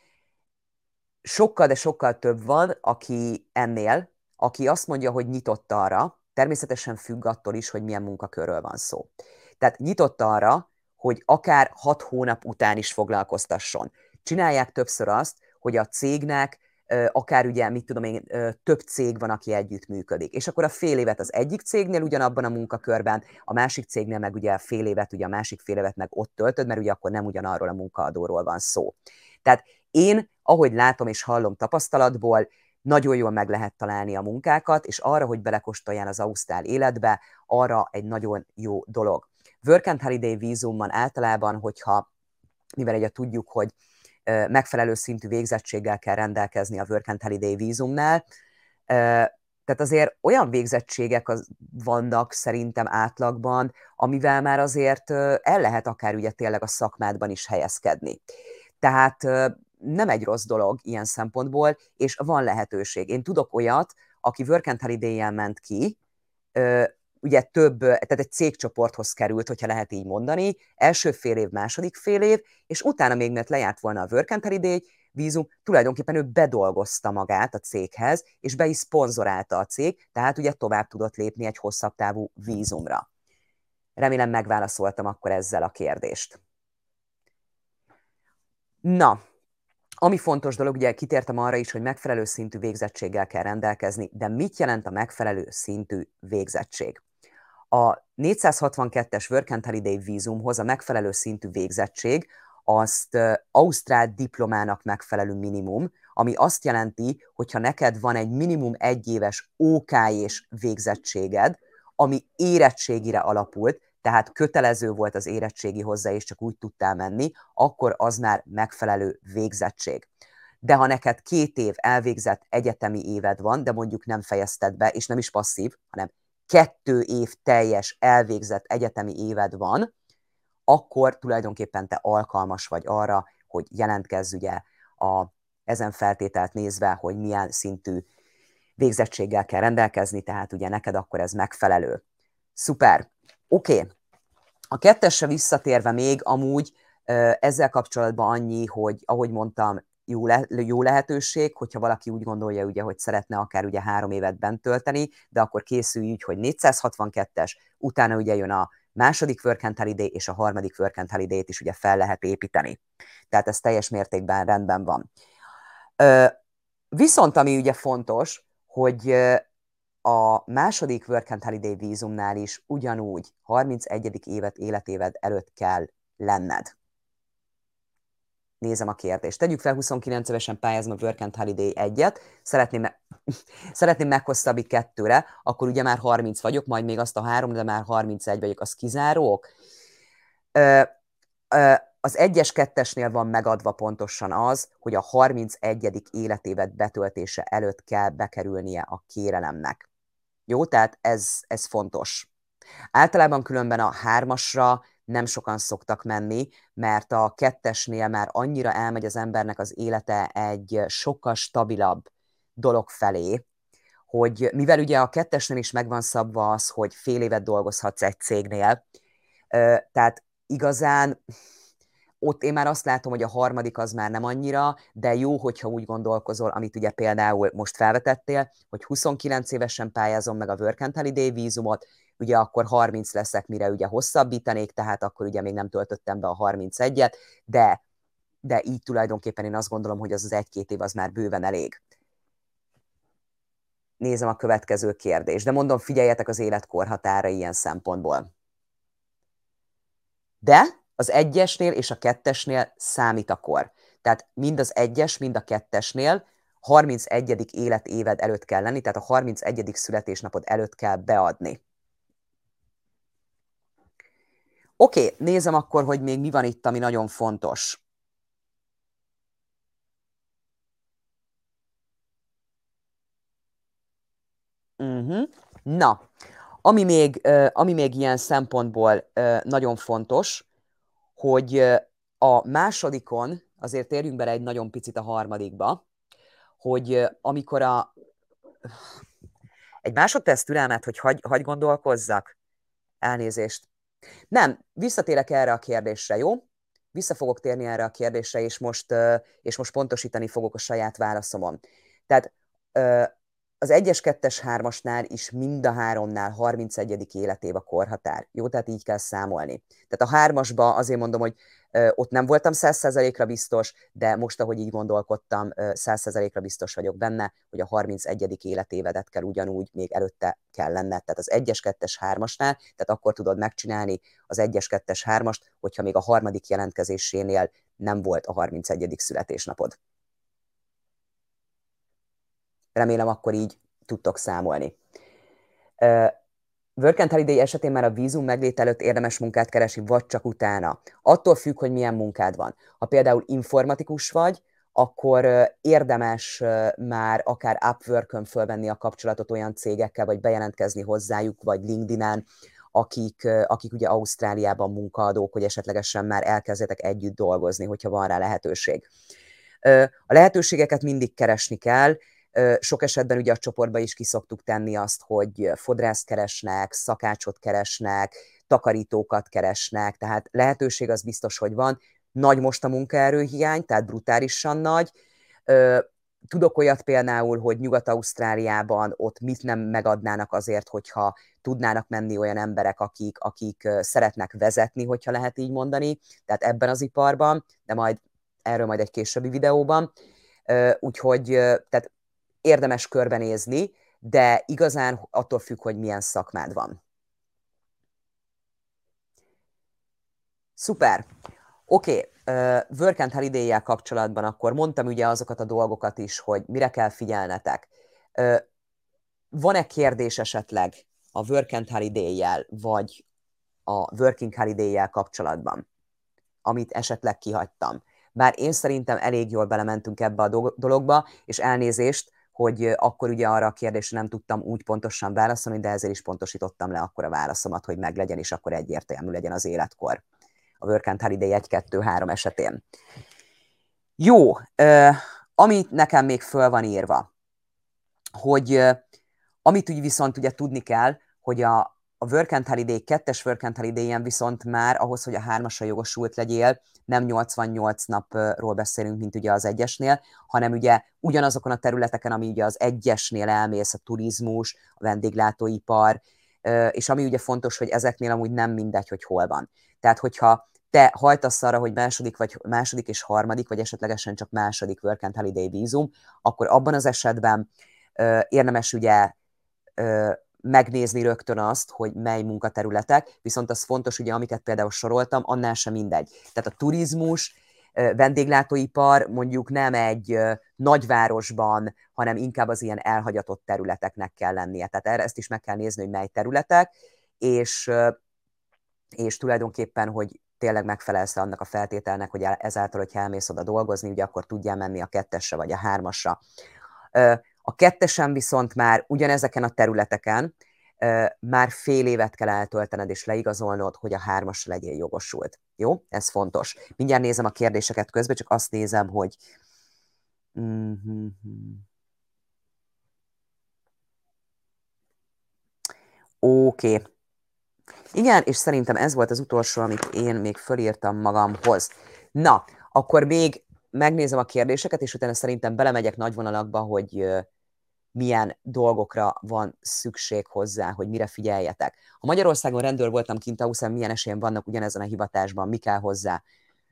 sokkal több van, aki azt mondja, hogy nyitott arra, természetesen függ attól is, hogy milyen munkakörről van szó. Tehát nyitott arra, hogy akár 6 hónap után is foglalkoztasson. Csinálják többször azt, hogy a cégnek akár ugye, mit tudom én, több cég van, aki együtt működik. És akkor a fél évet az egyik cégnél ugyanabban a munkakörben, a másik cégnél meg ugye fél évet, ugye a másik fél évet meg ott töltöd, mert ugye akkor nem ugyanarról a munkaadóról van szó. Tehát én, ahogy látom és hallom tapasztalatból, nagyon jól meg lehet találni a munkákat, és arra, hogy belekóstoljál az ausztrál életbe, arra egy nagyon jó dolog. Work and Holiday vízumban általában, mivel ugye tudjuk, hogy megfelelő szintű végzettséggel kell rendelkezni a Work and Holiday vízumnál, tehát azért olyan végzettségek vannak szerintem átlagban, amivel már azért el lehet akár ugye tényleg a szakmádban is helyezkedni. Tehát nem egy rossz dolog ilyen szempontból, és van lehetőség. Én tudok olyat, aki Work and Holiday-jel ment ki, ugye tehát egy cégcsoporthoz került, hogyha lehet így mondani, első fél év, második fél év, és utána még mert lejárt volna a Work and Holiday vízum, tulajdonképpen ő bedolgozta magát a céghez, és be is szponzorálta a cég, tehát ugye tovább tudott lépni egy hosszabb távú vízumra. Remélem megválaszoltam akkor ezzel a kérdést. Na, ami fontos dolog, ugye kitértem arra is, hogy megfelelő szintű végzettséggel kell rendelkezni, de mit jelent a megfelelő szintű végzettség? A 462-es Work and Holiday vízumhoz a megfelelő szintű végzettség azt ausztrál diplomának megfelelő minimum, ami azt jelenti, hogyha neked van egy minimum 1 éves OK-s végzettséged, ami érettségire alapult, tehát kötelező volt az érettségi hozzá, és csak úgy tudtál menni, akkor az már megfelelő végzettség. De ha neked 2 év elvégzett egyetemi éved van, de mondjuk nem fejezted be, és nem is passzív, hanem 2 év teljes elvégzett egyetemi éved van, akkor tulajdonképpen te alkalmas vagy arra, hogy jelentkezz ugye ezen feltételt nézve, hogy milyen szintű végzettséggel kell rendelkezni, tehát ugye neked akkor ez megfelelő. Szuper. Oké. A 2-esre visszatérve még amúgy ezzel kapcsolatban annyi, hogy ahogy mondtam, jó lehetőség, hogyha valaki úgy gondolja, ugye, hogy szeretne akár ugye 3 évet bent tölteni, de akkor készülj úgy, hogy 462-es, utána ugye jön a második Work and Holiday, és a harmadik Work and Holiday-t is ugye fel lehet építeni. Tehát ez teljes mértékben rendben van. Viszont ami ugye fontos, hogy a második Work and Holiday vízumnál is ugyanúgy 31. életéved előtt kell lenned. Nézem a kérdést. Tegyük fel, 29 évesen pályázom a Work and Holiday 1-et, szeretném meghosszabbítani 2-re, akkor ugye már 30 vagyok, majd még azt a 3, de már 31 vagyok, az kizárók. Az 1-es, 2-esnél van megadva pontosan az, hogy a 31. életévet betöltése előtt kell bekerülnie a kérelemnek. Jó, tehát ez fontos. Általában különben a 3-asra nem sokan szoktak menni, mert a 2-esnél már annyira elmegy az embernek az élete egy sokkal stabilabb dolog felé, hogy mivel ugye a 2-esnél is megvan szabva az, hogy fél évet dolgozhatsz egy cégnél, tehát igazán ott én már azt látom, hogy a harmadik az már nem annyira, de jó, hogyha úgy gondolkozol, amit ugye például most felvetettél, hogy 29 évesen pályázom meg a Work and Holiday vízumot, ugye akkor 30 leszek, mire ugye hosszabbítanék, tehát akkor ugye még nem töltöttem be a 31-et, de így tulajdonképpen én azt gondolom, hogy az 1-2 év az már bőven elég. Nézem a következő kérdést, de mondom, figyeljetek az életkorhatára ilyen szempontból. De az 1-esnél és a 2-esnél számít a kor. Tehát mind az 1-es, mind a 2-esnél 31. életéved előtt kell lenni, tehát a 31. születésnapod előtt kell beadni. Oké, nézem akkor, hogy még mi van itt, ami nagyon fontos. Na, ami még ilyen szempontból nagyon fontos, hogy a másodikon, azért térjünk bele egy nagyon picit a harmadikba, hogy amikor egy másodperc türelmet, hogy hagy gondolkozzak. Elnézést. Nem, visszatérek erre a kérdésre, jó? Vissza fogok térni erre a kérdésre, és most pontosítani fogok a saját válaszomon. Tehát az 1-es, 2-es, 3-asnál is mind a 3-nál 31. életév a korhatár. Jó, tehát így kell számolni. Tehát a 3-asba azért mondom, hogy ott nem voltam 100%-ra biztos, de most, ahogy így gondolkodtam, 100%-ra biztos vagyok benne, hogy a 31. életévedet kell ugyanúgy még előtte kell lenned. Tehát az 1-es, 2-es, 3-asnál, tehát akkor tudod megcsinálni az 1-es, 2-es, 3-ast, hogyha még a harmadik jelentkezésénél nem volt a 31. születésnapod. Remélem, akkor így tudtok számolni. Work and Holiday esetén már a vízum meglét előtt érdemes munkát keresni, vagy csak utána. Attól függ, hogy milyen munkád van. Ha például informatikus vagy, akkor érdemes már akár Upworkön fölvenni a kapcsolatot olyan cégekkel, vagy bejelentkezni hozzájuk, vagy LinkedIn-en, akik ugye Ausztráliában munkaadók, hogy esetlegesen már elkezdjetek együtt dolgozni, hogyha van rá lehetőség. A lehetőségeket mindig keresni kell. Sok esetben ugye a csoportba is ki szoktuk tenni azt, hogy fodrászt keresnek, szakácsot keresnek, takarítókat keresnek, tehát lehetőség az biztos, hogy van. Nagy most a munkaerőhiány, tehát brutálisan nagy. Tudok olyat például, hogy Nyugat-Ausztráliában ott mit nem megadnának azért, hogyha tudnának menni olyan emberek, akik szeretnek vezetni, hogyha lehet így mondani, tehát ebben az iparban, de erről majd egy későbbi videóban. Úgyhogy tehát érdemes körbenézni, de igazán attól függ, hogy milyen szakmád van. Szuper! Oké, Work and Holiday-jel kapcsolatban akkor mondtam ugye azokat a dolgokat is, hogy mire kell figyelnetek. Van-e kérdés esetleg a Work and Holiday-jel, vagy a Working Holiday-jel kapcsolatban, amit esetleg kihagytam? Bár én szerintem elég jól belementünk ebbe a dologba, és elnézést, hogy akkor ugye arra a kérdésre nem tudtam úgy pontosan válaszolni, de ezért is pontosítottam le akkor a válaszomat, hogy meglegyen, és akkor egyértelmű legyen az életkor. A Work and Holiday 1, 2, 3 esetén. Jó, amit nekem még föl van írva, hogy amit úgy viszont ugye tudni kell, hogy a Work and Holiday, 2-es Work and Holiday-en viszont már ahhoz, hogy a 3-asra jogosult legyél, nem 88 napról beszélünk, mint ugye az 1-esnél, hanem ugye ugyanazokon a területeken, ami ugye az 1-esnél elmész, a turizmus, a vendéglátóipar, és ami ugye fontos, hogy ezeknél amúgy nem mindegy, hogy hol van. Tehát, hogyha te hajtasz arra, hogy második és harmadik, vagy esetlegesen csak második Work and Holiday vízum, akkor abban az esetben érdemes ugye megnézni rögtön azt, hogy mely munkaterületek, viszont az fontos, ugye, amiket például soroltam, annál sem mindegy. Tehát a turizmus, vendéglátóipar mondjuk nem egy nagyvárosban, hanem inkább az ilyen elhagyatott területeknek kell lennie. Tehát ezt is meg kell nézni, hogy mely területek, és tulajdonképpen, hogy tényleg megfelelsz annak a feltételnek, hogy ezáltal, hogy elmész oda dolgozni, ugye akkor tudjál menni a 2-esre vagy a 3-asra. A 2-esen viszont már ugyanezeken a területeken már fél évet kell eltöltened és leigazolnod, hogy a 3-asra legyél jogosult. Jó? Ez fontos. Mindjárt nézem a kérdéseket közben, csak azt nézem, hogy... Oké. Igen, és szerintem ez volt az utolsó, amit én még fölírtam magamhoz. Na, akkor még megnézem a kérdéseket, és utána szerintem belemegyek nagy vonalakba, hogy milyen dolgokra van szükség hozzá, hogy mire figyeljetek. Ha Magyarországon rendőr voltam kint, Ausztrán milyen esélyen vannak ugyanezen a hivatásban, mi kell hozzá?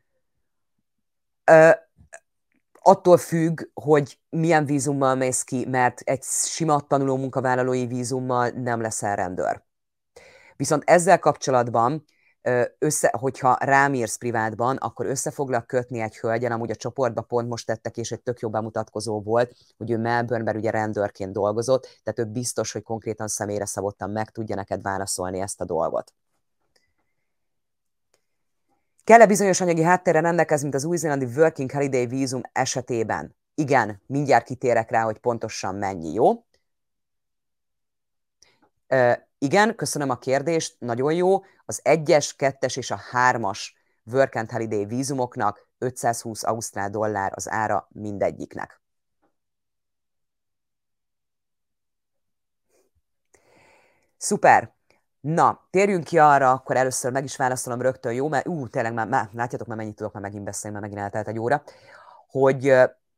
Attól függ, hogy milyen vízummal mész ki, mert egy sima tanuló munkavállalói vízummal nem leszel rendőr. Viszont ezzel kapcsolatban, hogyha rám írsz privátban, akkor össze foglak kötni egy hölgyen, amúgy a csoportba pont most tettek, és egy tök jó bemutatkozó volt, hogy ő Melbourneben ugye rendőrként dolgozott, tehát ő biztos, hogy konkrétan személyre szabottan meg tudja neked válaszolni ezt a dolgot. Kell-e bizonyos anyagi háttérre rendelkezni, mint az új-zélandi Working Holiday vízum esetében? Igen, mindjárt kitérek rá, hogy pontosan mennyi, jó? Igen, köszönöm a kérdést, nagyon jó. Az 1-es, 2-es és a 3-as Work and Holiday vízumoknak 520 ausztrál dollár az ára mindegyiknek. Szuper! Na, térjünk ki arra, akkor először meg is válaszolom rögtön, jó? Mert tényleg már látjátok, már mennyit tudok már megint beszélni, mert megint eltelt egy óra, hogy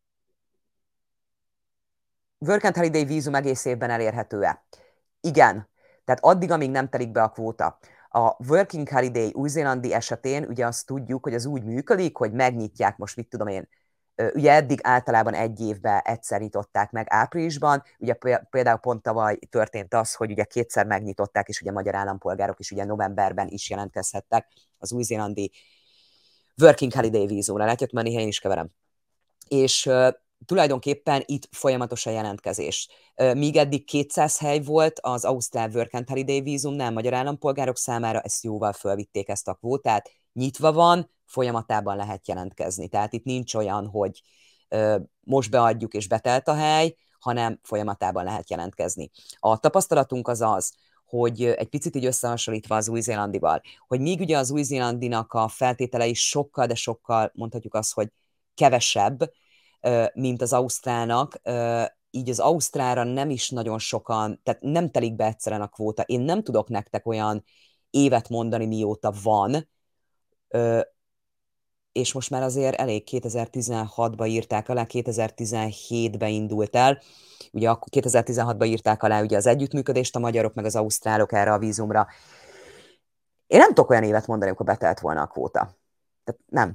Work and Holiday vízum egész évben elérhető-e? Igen. Tehát addig, amíg nem telik be a kvóta. A Working Holiday új-zélandi esetén ugye azt tudjuk, hogy az úgy működik, hogy megnyitják most, mit tudom én, ugye eddig általában egy évben egyszer nyitották meg áprilisban, ugye például pont tavaly történt az, hogy ugye kétszer megnyitották, és ugye magyar állampolgárok is ugye novemberben is jelentkezhettek az új-zélandi Working Holiday vízumra. Látjátok, már néha én is keverem. És tulajdonképpen itt folyamatos a jelentkezés. Míg eddig 200 hely volt az Ausztrál Work and Holiday vízumnál magyar állampolgárok számára, ezt jóval fölvitték ezt a kvótát, nyitva van, folyamatában lehet jelentkezni. Tehát itt nincs olyan, hogy most beadjuk és betelt a hely, hanem folyamatában lehet jelentkezni. A tapasztalatunk az az, hogy egy picit így összehasonlítva az új-zélandival, hogy míg ugye az új-zélandinak a feltételei sokkal, de sokkal, mondhatjuk azt, hogy kevesebb, mint az ausztrálnak, így az ausztrálra nem is nagyon sokan, tehát nem telik be egyszerűen a kvóta. Én nem tudok nektek olyan évet mondani, mióta van, és most már azért elég 2016-ban írták alá, 2017-ben indult el, ugye akkor 2016-ban írták alá ugye az együttműködést a magyarok meg az ausztrálok erre a vízumra. Én nem tudok olyan évet mondani, amikor betelt volna a kvóta. Tehát nem.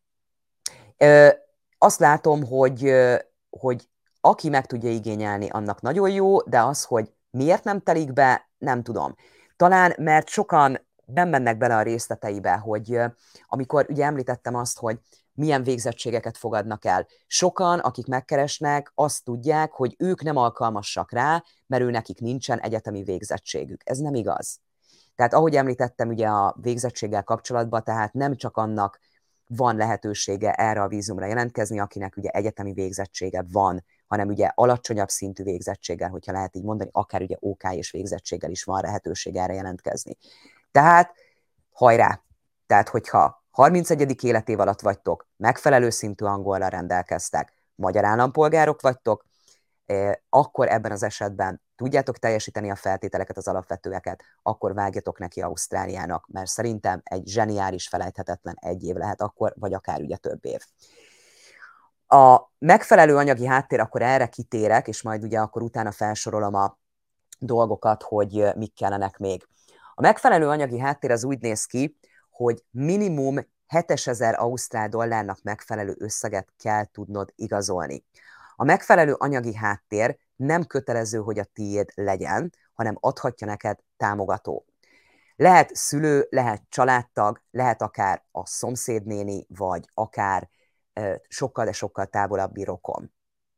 Azt látom, hogy aki meg tudja igényelni, annak nagyon jó, de az, hogy miért nem telik be, nem tudom. Talán, mert sokan nem mennek bele a részleteibe, hogy amikor ugye említettem azt, hogy milyen végzettségeket fogadnak el. Sokan, akik megkeresnek, azt tudják, hogy ők nem alkalmasak rá, mert nekik nincsen egyetemi végzettségük. Ez nem igaz. Tehát ahogy említettem ugye a végzettséggel kapcsolatban, tehát nem csak annak van lehetősége erre a vízumra jelentkezni, akinek ugye egyetemi végzettsége van, hanem ugye alacsonyabb szintű végzettséggel, hogyha lehet így mondani, akár ugye OK és végzettséggel is van lehetőség erre jelentkezni. Tehát hajrá! Tehát, hogyha 31. életév alatt vagytok, megfelelő szintű angollal rendelkeztek, magyar állampolgárok vagytok, akkor ebben az esetben tudjátok teljesíteni a feltételeket, az alapvetőeket, akkor vágjatok neki Ausztráliának, mert szerintem egy zseniális, felejthetetlen egy év lehet akkor, vagy akár ugye több év. A megfelelő anyagi háttér, akkor erre kitérek, és majd ugye akkor utána felsorolom a dolgokat, hogy mik kellenek még. A megfelelő anyagi háttér az úgy néz ki, hogy minimum 7000 ausztrál dollárnak megfelelő összeget kell tudnod igazolni. A megfelelő anyagi háttér nem kötelező, hogy a tiéd legyen, hanem adhatja neked támogató. Lehet szülő, lehet családtag, lehet akár a szomszédnéni, vagy akár sokkal, de sokkal távolabbi rokon.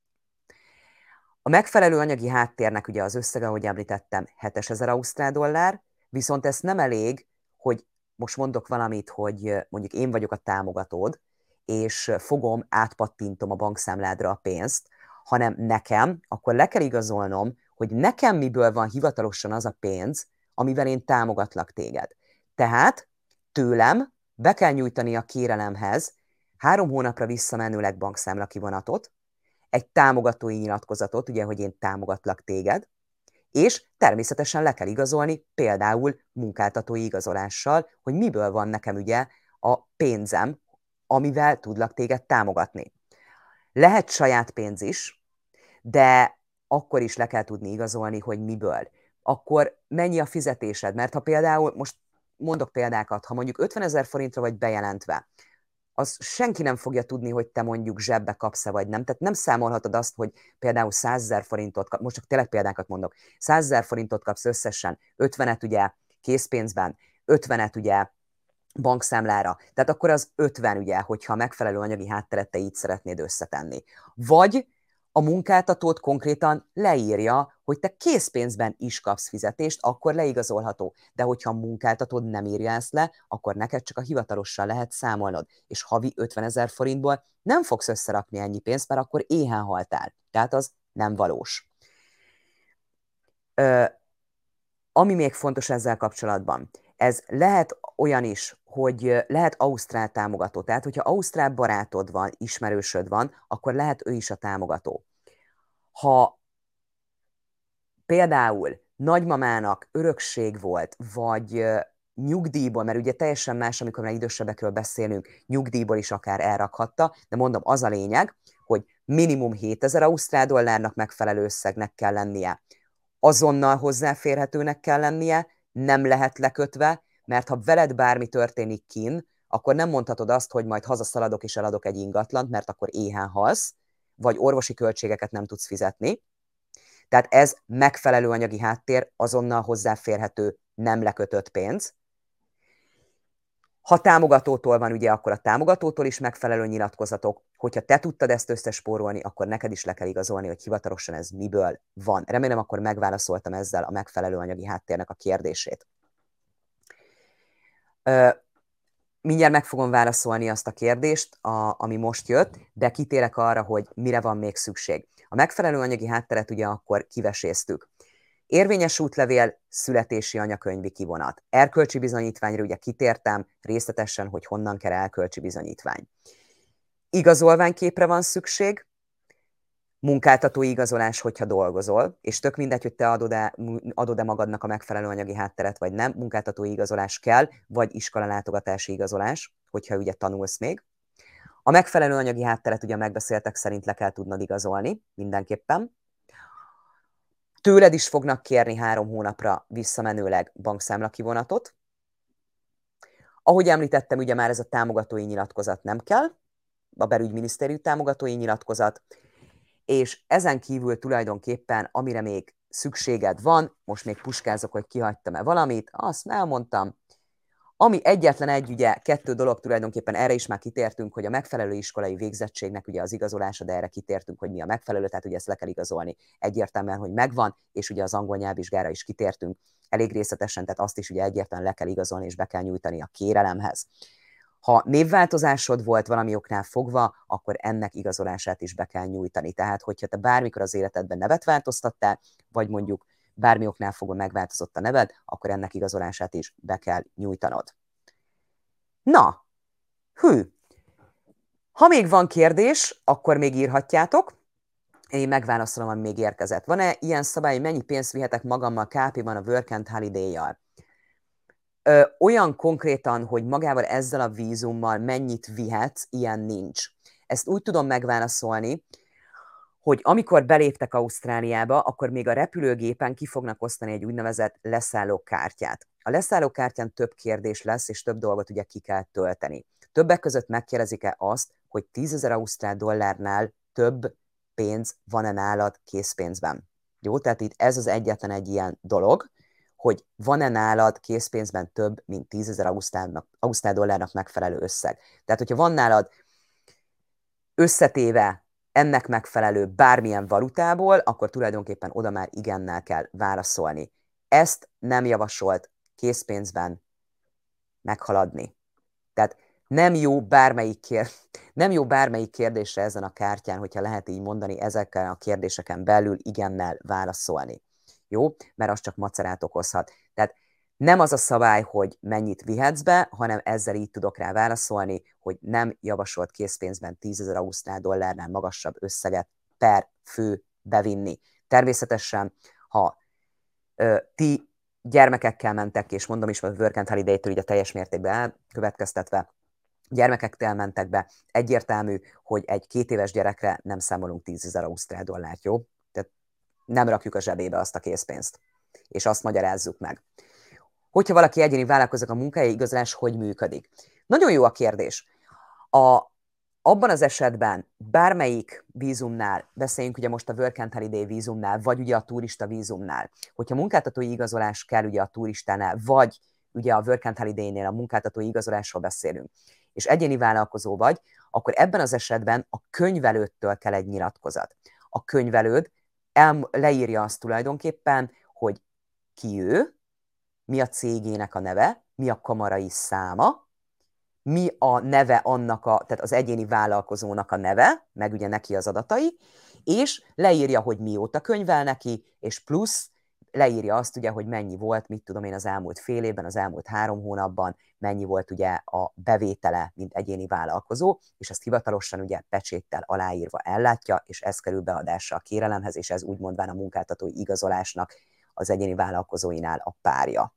A megfelelő anyagi háttérnek ugye az összege, ahogy említettem, 7000 ausztrál dollár, viszont ez nem elég, hogy most mondok valamit, hogy mondjuk én vagyok a támogatód, és fogom, átpattintom a bankszámládra a pénzt, hanem nekem, akkor le kell igazolnom, hogy nekem miből van hivatalosan az a pénz, amivel én támogatlak téged. Tehát tőlem be kell nyújtani a kérelemhez 3 hónapra visszamenőleg bankszámla kivonatot, egy támogatói nyilatkozatot, ugye, hogy én támogatlak téged, és természetesen le kell igazolni például munkáltatói igazolással, hogy miből van nekem ugye a pénzem, amivel tudlak téged támogatni. Lehet saját pénz is, de akkor is le kell tudni igazolni, hogy miből. Akkor mennyi a fizetésed? Mert ha például, most mondok példákat, ha mondjuk 50 000 forintra vagy bejelentve, az senki nem fogja tudni, hogy te mondjuk zsebbe kapsz-e vagy nem. Tehát nem számolhatod azt, hogy például 100 000 forintot kapsz, most csak tényleg példákat mondok, 100 000 forintot kapsz összesen, 50-et ugye készpénzben, 50-et ugye bankszámlára. Tehát akkor az 50 ugye, hogyha a megfelelő anyagi hátteret te így szeretnéd összetenni. Vagy a munkáltatót konkrétan leírja, hogy te készpénzben is kapsz fizetést, akkor leigazolható. De hogyha a munkáltatód nem írja ezt le, akkor neked csak a hivatalossal lehet számolnod. És havi 50 000 forintból nem fogsz összerakni ennyi pénzt, mert akkor éhen haltál. Tehát az nem valós. Ami még fontos ezzel kapcsolatban, ez lehet olyan is, hogy lehet ausztrál támogató. Tehát, hogyha ausztrál barátod van, ismerősöd van, akkor lehet ő is a támogató. Ha például nagymamának örökség volt, vagy nyugdíjból, mert ugye teljesen más, amikor már idősebbekről beszélünk, nyugdíjból is akár elrakhatta, de mondom, az a lényeg, hogy minimum 7000 ausztrál dollárnak megfelelő összegnek kell lennie. Azonnal hozzáférhetőnek kell lennie, nem lehet lekötve, mert ha veled bármi történik kin, akkor nem mondhatod azt, hogy majd hazaszaladok és eladok egy ingatlant, mert akkor éhen halsz, vagy orvosi költségeket nem tudsz fizetni. Tehát ez megfelelő anyagi háttér, azonnal hozzáférhető, nem lekötött pénz. Ha támogatótól van, ugye, akkor a támogatótól is megfelelő nyilatkozatok. Hogyha te tudtad ezt összespórolni, akkor neked is le kell igazolni, hogy hivatalosan ez miből van. Remélem, akkor megválaszoltam ezzel a megfelelő anyagi háttérnek a kérdését. Mindjárt meg fogom válaszolni azt a kérdést, ami most jött, de kitérek arra, hogy mire van még szükség. A megfelelő anyagi hátteret ugye akkor kiveséztük. Érvényes útlevél, születési anyakönyvi kivonat. Erkölcsi bizonyítványra ugye kitértem részletesen, hogy honnan kell erkölcsi bizonyítvány. Igazolványképre van szükség, munkáltatói igazolás, hogyha dolgozol, és tök mindegy, hogy te adod-e magadnak a megfelelő anyagi hátteret, vagy nem, munkáltatói igazolás kell, vagy iskolalátogatási igazolás, hogyha ugye tanulsz még. A megfelelő anyagi hátteret ugye megbeszéltek szerint le kell tudnod igazolni, mindenképpen. Tőled is fognak kérni 3 hónapra visszamenőleg bankszámla kivonatot. Ahogy említettem, ugye már ez a támogatói nyilatkozat nem kell, a belügyminisztérium támogatói nyilatkozat, és ezen kívül tulajdonképpen, amire még szükséged van, most még puskázok, hogy kihagytam-e valamit, azt elmondtam, ami egyetlen egy, ugye 2 dolog tulajdonképpen, erre is már kitértünk, hogy a megfelelő iskolai végzettségnek ugye az igazolása, de erre kitértünk, hogy mi a megfelelő, tehát ugye ezt le kell igazolni egyértelműen, hogy megvan, és ugye az angol nyelvvizsgára is kitértünk elég részletesen, tehát azt is ugye egyértelműen le kell igazolni, és be kell nyújtani a kérelemhez. Ha névváltozásod volt valami oknál fogva, akkor ennek igazolását is be kell nyújtani. Tehát, hogyha te bármikor az életedben nevet változtattál, vagy mondjuk bármi oknál fogva megváltozott a neved, akkor ennek igazolását is be kell nyújtanod. Na, ha még van kérdés, akkor még írhatjátok. Én megválaszolom, ami még érkezett. Van-e ilyen szabály, mennyi pénzt vihetek magammal KP-ban a Work and Holiday-jal? Olyan konkrétan, hogy magával ezzel a vízummal mennyit vihetsz, ilyen nincs. Ezt úgy tudom megválaszolni, hogy amikor beléptek Ausztráliába, akkor még a repülőgépen ki fognak osztani egy úgynevezett leszállókártyát. A leszállókártyán több kérdés lesz, és több dolgot ugye ki kell tölteni. Többek között megkérdezik-e azt, hogy 10 000 ausztrál dollárnál több pénz van-e nálad készpénzben. Jó, tehát itt ez az egyetlen egy ilyen dolog, hogy van-e nálad készpénzben több, mint 10 000 ausztrál dollárnak megfelelő összeg. Tehát, hogyha van nálad összetéve ennek megfelelő bármilyen valutából, akkor tulajdonképpen oda már igennel kell válaszolni. Ezt nem javasolt készpénzben meghaladni. Tehát nem jó bármelyik kérdésre ezen a kártyán, hogyha lehet így mondani, ezekkel a kérdéseken belül igennel válaszolni. Jó? Mert az csak macerát okozhat. Tehát nem az a szabály, hogy mennyit vihetsz be, hanem ezzel így tudok rá válaszolni, hogy nem javasolt készpénzben 10 000 ausztrál dollárnál magasabb összeget per fő bevinni. Természetesen, ha ti gyermekekkel mentek, és mondom is, a Work and Holiday-től ugye teljes mértékben elkövetkeztetve, gyermekekkel mentek be, egyértelmű, hogy egy 2 éves gyerekre nem számolunk 10 000 ausztrál dollárt, jó? Tehát nem rakjuk a zsebébe azt a készpénzt, és azt magyarázzuk meg. Hogyha valaki egyéni vállalkozik, a munkahelyi igazolás hogy működik? Nagyon jó a kérdés. Abban az esetben bármelyik vízumnál, beszéljünk ugye most a Work and Holiday vízumnál, vagy ugye a turista vízumnál, hogyha munkáltatói igazolás kell ugye a turistánál, vagy ugye a Work and Holiday-nél a munkáltatói igazolásról beszélünk, és egyéni vállalkozó vagy, akkor ebben az esetben a könyvelődtől kell egy nyilatkozat. A könyvelőd leírja azt tulajdonképpen, hogy ki ő, mi a cégének a neve, mi a kamarai száma, mi a neve annak tehát az egyéni vállalkozónak a neve, meg ugye neki az adatai, és leírja, hogy mióta könyvel neki, és plusz leírja azt ugye, hogy mennyi volt, mit tudom én, az elmúlt fél évben, az elmúlt 3 hónapban, mennyi volt ugye a bevétele, mint egyéni vállalkozó, és ezt hivatalosan ugye pecséttel aláírva ellátja, és ez kerül beadásra a kérelemhez, és ez úgy mondván a munkáltatói igazolásnak az egyéni vállalkozóinál a párja.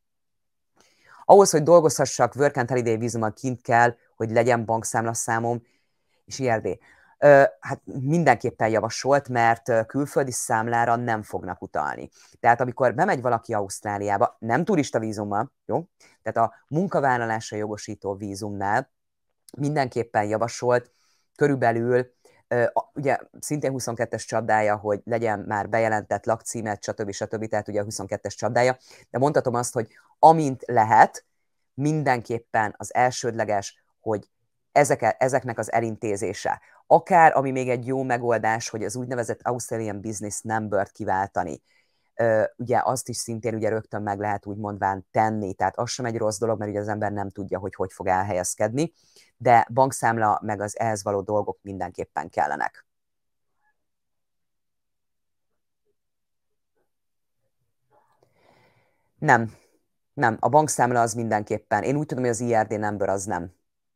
Ahhoz, hogy dolgozhassak Work and Holiday vízummal, kint kell, hogy legyen bankszámlaszámom, és IRD. Hát mindenképpen javasolt, mert külföldi számlára nem fognak utalni. Tehát amikor bemegy valaki Ausztráliába, nem turista vízummal, jó? Tehát a munkavállalásra jogosító vízumnál mindenképpen javasolt körülbelül, ugye szintén 22-es csapdája, hogy legyen már bejelentett lakcímet, stb. Tehát ugye a 22-es csapdája, de mondhatom azt, hogy amint lehet, mindenképpen az elsődleges, hogy ezeknek az elintézése. Akár, ami még egy jó megoldás, hogy az úgynevezett Australian Business Number-t kiváltani. Ugye azt is szintén ugye rögtön meg lehet úgy mondván tenni, tehát az sem egy rossz dolog, mert ugye az ember nem tudja, hogy fog elhelyezkedni, de bankszámla meg az ehhez való dolgok mindenképpen kellenek. Nem, a bankszámla az mindenképpen. Én úgy tudom, hogy az IRD number az nem.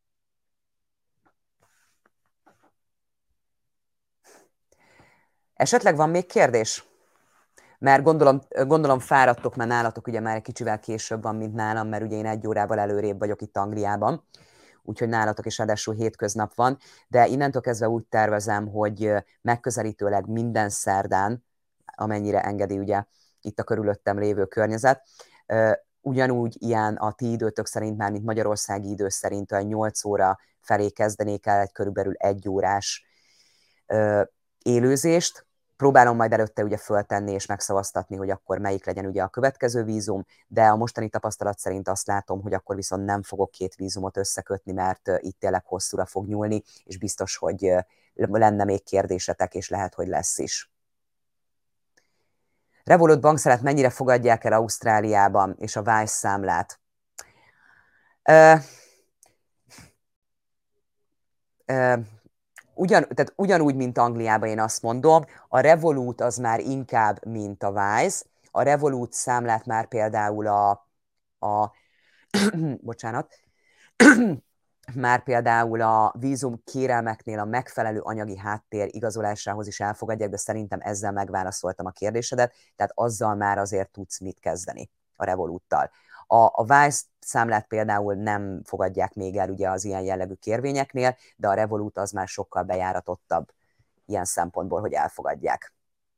Esetleg van még kérdés? Mert gondolom fáradtok, mert nálatok ugye már egy kicsivel később van, mint nálam, mert ugye én 1 órával előrébb vagyok itt Angliában, úgyhogy nálatok is ráadásul hétköznap van, de innentől kezdve úgy tervezem, hogy megközelítőleg minden szerdán, amennyire engedi ugye itt a körülöttem lévő környezet, ugyanúgy ilyen a ti időtök szerint már, mint magyarországi idő szerint, olyan 8 óra felé kezdenék el egy körülbelül 1 órás élőzést. Próbálom majd előtte ugye föltenni és megszavaztatni, hogy akkor melyik legyen ugye a következő vízum, de a mostani tapasztalat szerint azt látom, hogy akkor viszont nem fogok 2 vízumot összekötni, mert itt tényleg hosszúra fog nyúlni, és biztos, hogy lenne még kérdésetek, és lehet, hogy lesz is. Revolut bankszámlát mennyire fogadják el Ausztráliában, és a Wise számlát? Tehát ugyanúgy, mint Angliában, én azt mondom, a Revolut az már inkább, mint a Wise. A Revolut számlát már például a bocsánat, már például a vízum kérelmeknél a megfelelő anyagi háttér igazolásához is elfogadják, de szerintem ezzel megválaszoltam a kérdésedet, tehát azzal már azért tudsz mit kezdeni a Revoluttal. A Wise számlát például nem fogadják még el ugye az ilyen jellegű kérvényeknél, de a Revolut az már sokkal bejáratottabb ilyen szempontból, hogy elfogadják.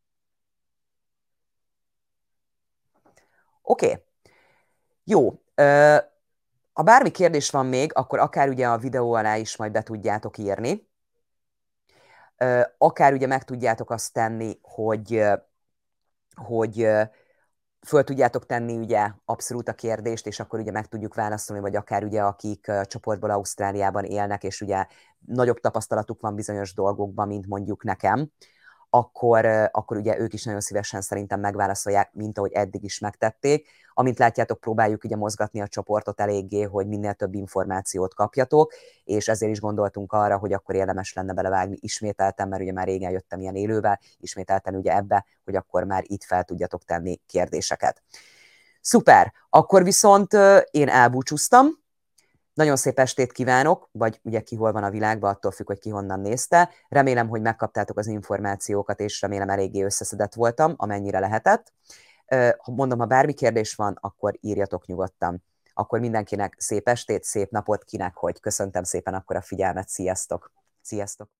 Oké. Jó. Ha bármi kérdés van még, akkor akár ugye a videó alá is majd be tudjátok írni. Akár ugye meg tudjátok azt tenni, hogy föl tudjátok tenni ugye abszolút a kérdést, és akkor ugye meg tudjuk válaszolni, vagy akár ugye akik csoportból Ausztráliában élnek, és ugye nagyobb tapasztalatuk van bizonyos dolgokban, mint mondjuk nekem, akkor ugye ők is nagyon szívesen szerintem megválaszolják, mint ahogy eddig is megtették. Amint látjátok, próbáljuk ugye mozgatni a csoportot eléggé, hogy minél több információt kapjatok, és ezért is gondoltunk arra, hogy akkor érdemes lenne belevágni ismételten, mert ugye már régen jöttem ilyen élővel, ismételten ugye ebbe, hogy akkor már itt fel tudjatok tenni kérdéseket. Szuper! Akkor viszont én elbúcsúztam. Nagyon szép estét kívánok, vagy ugye ki hol van a világban, attól függ, hogy ki honnan nézte. Remélem, hogy megkaptátok az információkat, és remélem eléggé összeszedett voltam, amennyire lehetett. Mondom, ha bármi kérdés van, akkor írjatok nyugodtan. Akkor mindenkinek szép estét, szép napot, kinek hogy. Köszöntem szépen akkor a figyelmet, sziasztok! Sziasztok!